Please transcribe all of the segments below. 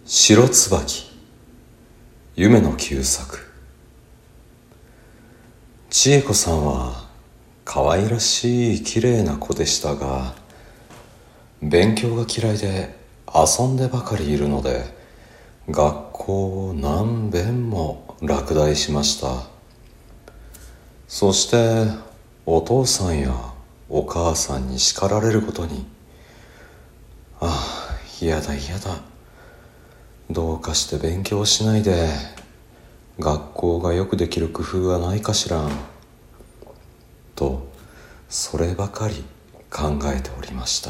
白椿夢の旧作。千恵子さんは可愛らしい綺麗な子でしたが、勉強が嫌いで遊んでばかりいるので、学校を何遍も落第しました。そしてお父さんやお母さんに叱られることに、嫌だ嫌だ、どうかして勉強しないで学校がよくできる工夫はないかしらと、そればかり考えておりました。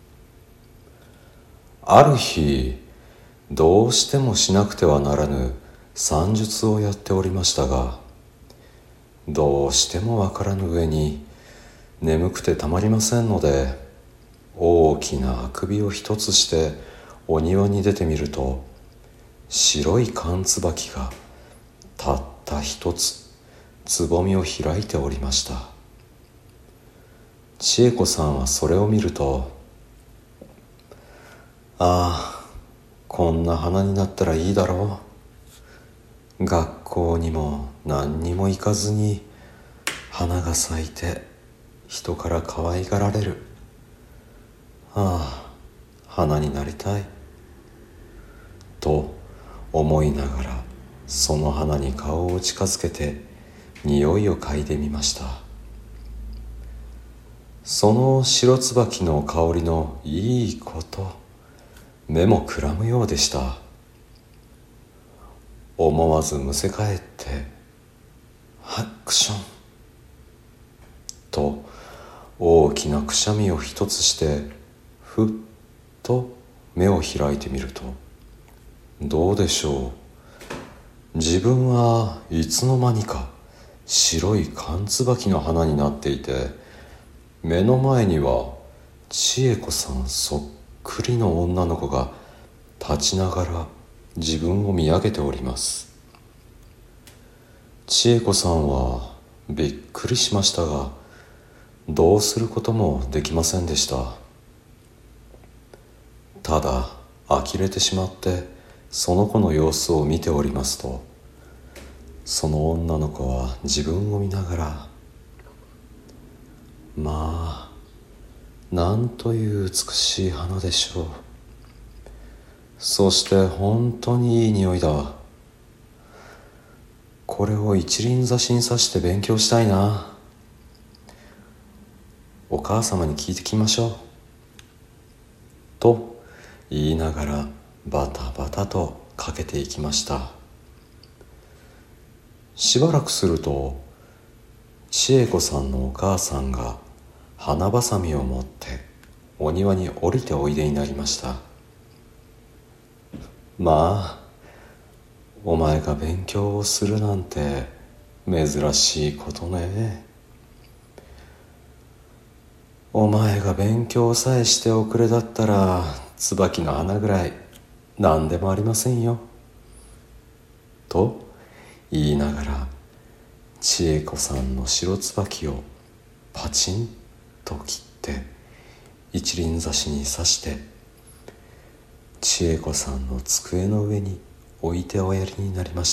ある日、どうしてもしなくてはならぬ算術をやっておりましたが、どうしてもわからぬ上に眠くてたまりませんので、大きなあくびを一つしてお庭に出てみると、白い寒椿がたった一つつぼみを開いておりました。千恵子さんはそれを見ると、こんな花になったらいいだろう。学校にも何にも行かずに花が咲いて人から可愛がられる。花になりたいと思いながら、その花に顔を近づけて匂いを嗅いでみました。その白椿の香りのいいこと、目もくらむようでした。思わずむせ返ってハックションと大きなくしゃみを一つして、ふっと目を開いてみると、どうでしょう、自分はいつの間にか白い寒椿の花になっていて、目の前には千恵子さんそっくりの女の子が立ちながら自分を見上げております。千恵子さんはびっくりしましたが、どうすることもできませんでした。ただ呆れてしまってその子の様子を見ておりますと、その女の子は自分を見ながら、なんという美しい花でしょう。そして本当にいい匂いだ。これを一輪挿しに挿して勉強したいな。お母様に聞いてきましょう。と言いながらバタバタとかけていきました。しばらくすると、千恵子さんのお母さんが花ばさみを持ってお庭に降りておいでになりました。お前が勉強をするなんて珍しいことね。お前が勉強さえしておくれだったら、椿の花ぐらい何でもありませんよ。と言いながら、千恵子さんの白椿をパチンと切って一輪挿しに挿して、千恵子さんの机の上に置いておやりになりました。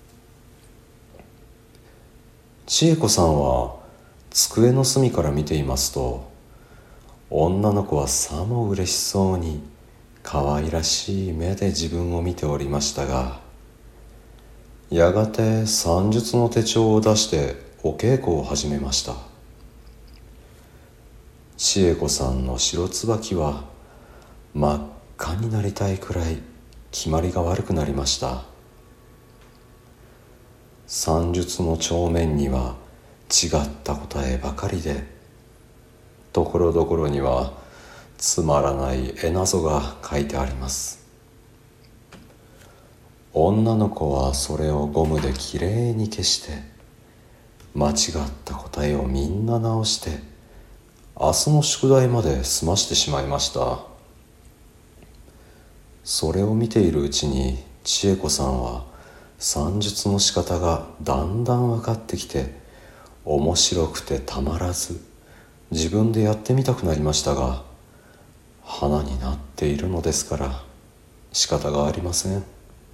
千恵子さんは机の隅から見ていますと、女の子はさも嬉しそうに可愛らしい目で自分を見ておりましたが、やがて算術の手帳を出してお稽古を始めました。千恵子さんの白椿は真っ赤になりたいくらい決まりが悪くなりました。算術の帳面には違った答えばかりで、ところどころにはつまらない絵なぞが書いてあります。女の子はそれをゴムできれいに消して、間違った答えをみんな直して、明日の宿題まで済ましてしまいました。それを見ているうちに、千恵子さんは算術の仕方がだんだん分かってきて、面白くてたまらず自分でやってみたくなりましたが、花になっているのですから。 仕方がありません。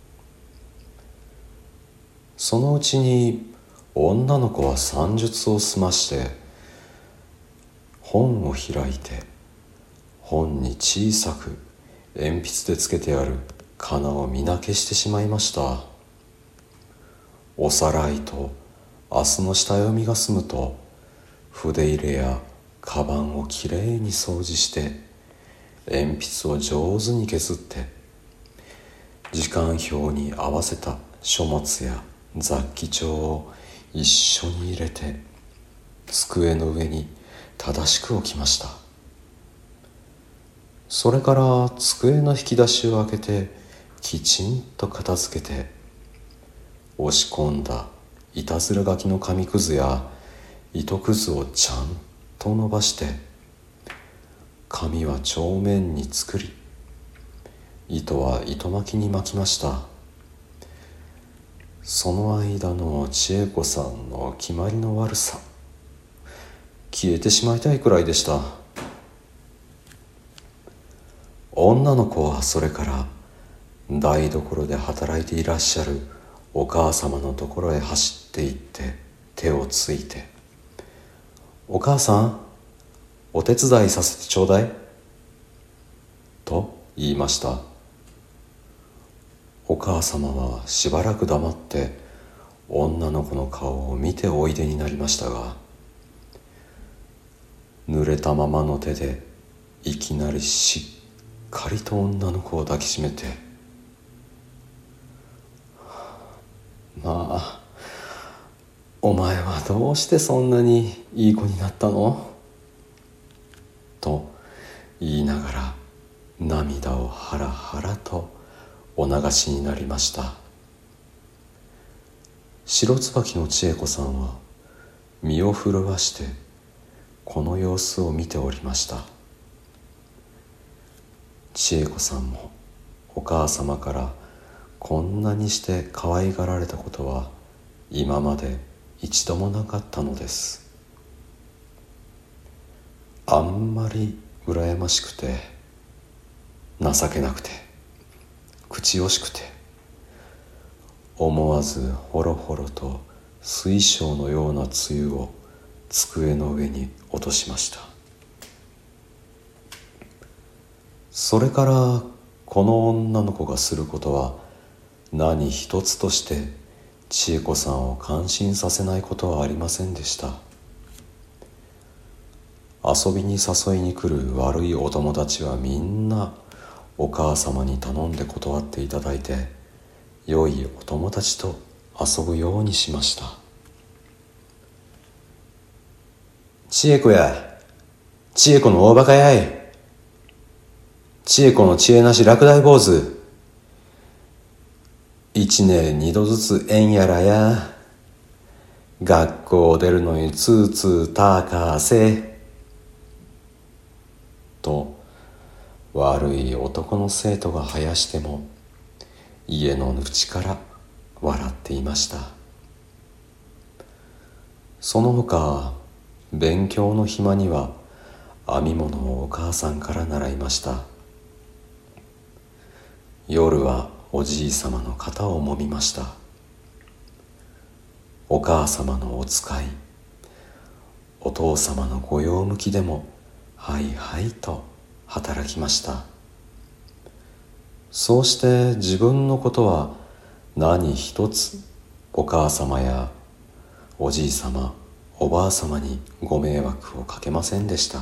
そのうちに女の子は算術を済まして本を開いて、本に小さく鉛筆でつけてある仮名を見な消してしまいました。おさらいと明日の下読みが済むと、筆入れやカバンをきれいに掃除して鉛筆を上手に削って、時間表に合わせた書物や雑記帳を一緒に入れて机の上に正しく置きました。それから机の引き出しを開けてきちんと片付けて、押し込んだいたずら書きの紙くずや糸くずをちゃんと伸ばして、紙は帳面に作り、糸は糸巻きに巻きました。その間の千恵子さんの決まりの悪さ、消えてしまいたいくらいでした。女の子はそれから台所で働いていらっしゃるお母様のところへ走って行って手をついて、お母さん、お手伝いさせてちょうだいと言いました。お母様はしばらく黙って女の子の顔を見ておいでになりましたが、濡れたままの手でいきなりしっかりと女の子を抱きしめて、まあ、お前はどうしてそんなにいい子になったのと言いながら涙をハラハラとお流しになりました。白椿の千恵子さんは身を震わしてこの様子を見ておりました。千恵子さんもお母様からこんなにして可愛がられたことは今まで一度もなかったのです。あんまり羨ましくて情けなくて口惜しくて、思わずほろほろと水晶のようなつゆを机の上に落としました。それからこの女の子がすることは何一つとして千恵子さんを感心させないことはありませんでした。遊びに誘いに来る悪いお友達はみんなお母様に頼んで断っていただいて、良いお友達と遊ぶようにしました。千恵子や、千恵子の大バカやい、千恵子の知恵なし落第坊主、一年二度ずつえんやらや、学校を出るのにつーつーたかせと悪い男の生徒が生やしても家の内から笑っていました。その他勉強の暇には編み物をお母さんから習いました。夜はおじいさまの肩をもみました。お母様のお使い、お父様の御用向きでもはいはいと働きました。そうして自分のことは何一つお母様やおじい様、おばあ様にご迷惑をかけませんでした。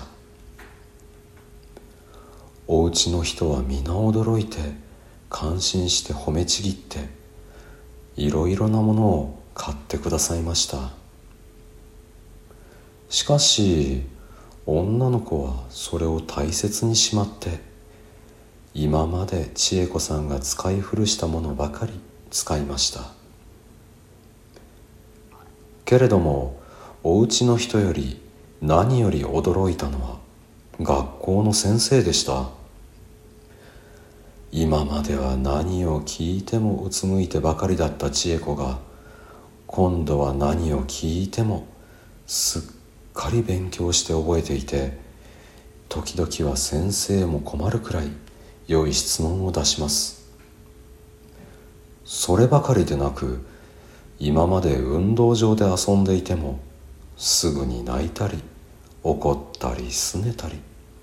お家の人は皆驚いて感心して褒めちぎっていろいろなものを買ってくださいました。しかし女の子はそれを大切にしまって今まで千恵子さんが使い古したものばかり使いました。けれどもお家の人より何より驚いたのは学校の先生でした。今までは何を聞いてもうつむいてばかりだった千恵子が今度は何を聞いてもすっかり勉強して覚えていて、時々は先生も困るくらい良い質問を出します。 そればかりでなく、今まで運動場で遊んでいてもすぐに泣いたり怒ったり拗ねたり、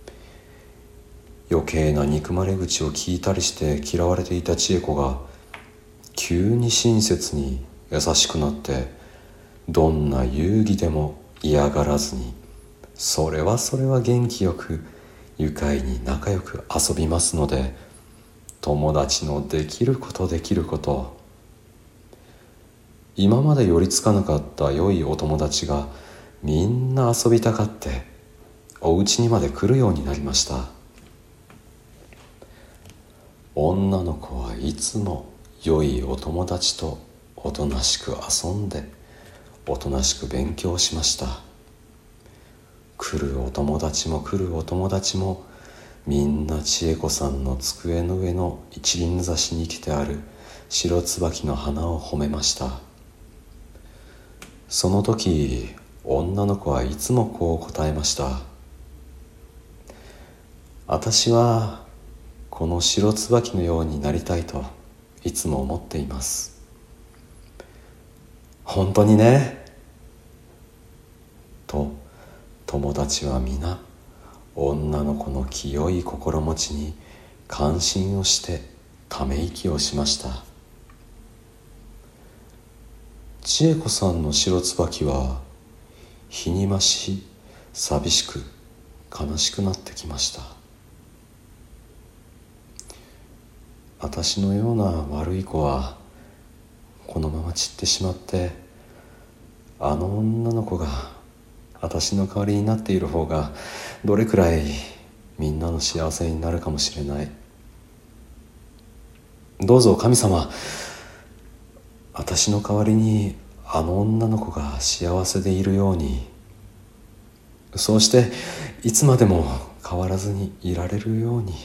余計な憎まれ口を聞いたりして嫌われていた千恵子が急に親切に優しくなって、どんな遊戯でも嫌がらずに、それは元気よく愉快に仲良く遊びますので、友達のできること、今まで寄りつかなかった良いお友達がみんな遊びたがってお家にまで来るようになりました。女の子はいつも良いお友達とおとなしく遊んで、おとなしく勉強しました。来るお友達もみんな千恵子さんの机の上の一輪挿しに来てある白椿の花を褒めました。その時、女の子はいつもこう答えました。私はこの白椿のようになりたいといつも思っています。本当にね。と、友達は皆女の子の清い心持ちに感心をしてため息をしました。千恵子さんの白椿は日に増し寂しく悲しくなってきました。私のような悪い子はこのまま散ってしまって、あの女の子が私の代わりになっている方がどれくらいみんなの幸せになるかもしれない。どうぞ神様、私の代わりにあの女の子が幸せでいるように、そうしていつまでも変わらずにいられるように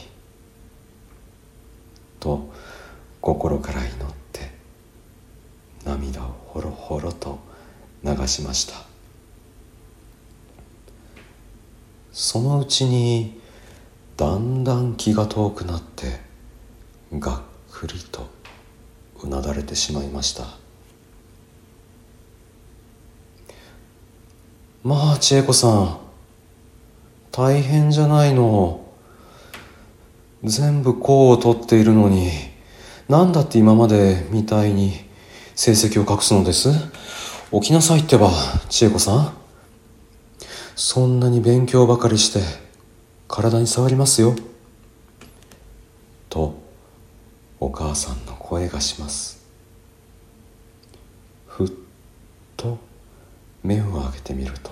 と心から祈って涙をほろほろと流しました。そのうちにだんだん気が遠くなってがっくりとうなだれてしまいました。まあ千恵子さん、大変じゃないの。全部功を取っているのに、なんだって今までみたいに成績を隠すのです。起きなさいってば、千恵子さん。そんなに勉強ばかりして体に障りますよ。とお母さんの声がします。ふっと目を開けてみると、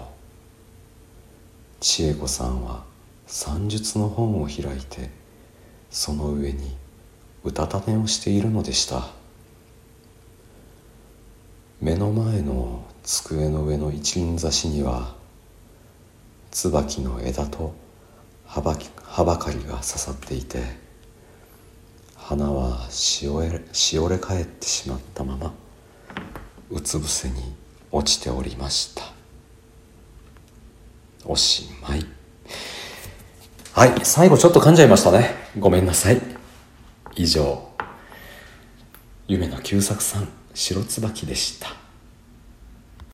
千恵子さんは算術の本を開いて、その上にうたた寝をしているのでした。目の前の机の上の一輪挿しには、椿の枝と葉ばかりが刺さっていて、花はしおれ返ってしまったままうつ伏せに落ちておりました。おしまい。はい、最後ちょっと噛んじゃいましたね。ごめんなさい。以上、夢の久作さん、白椿でした。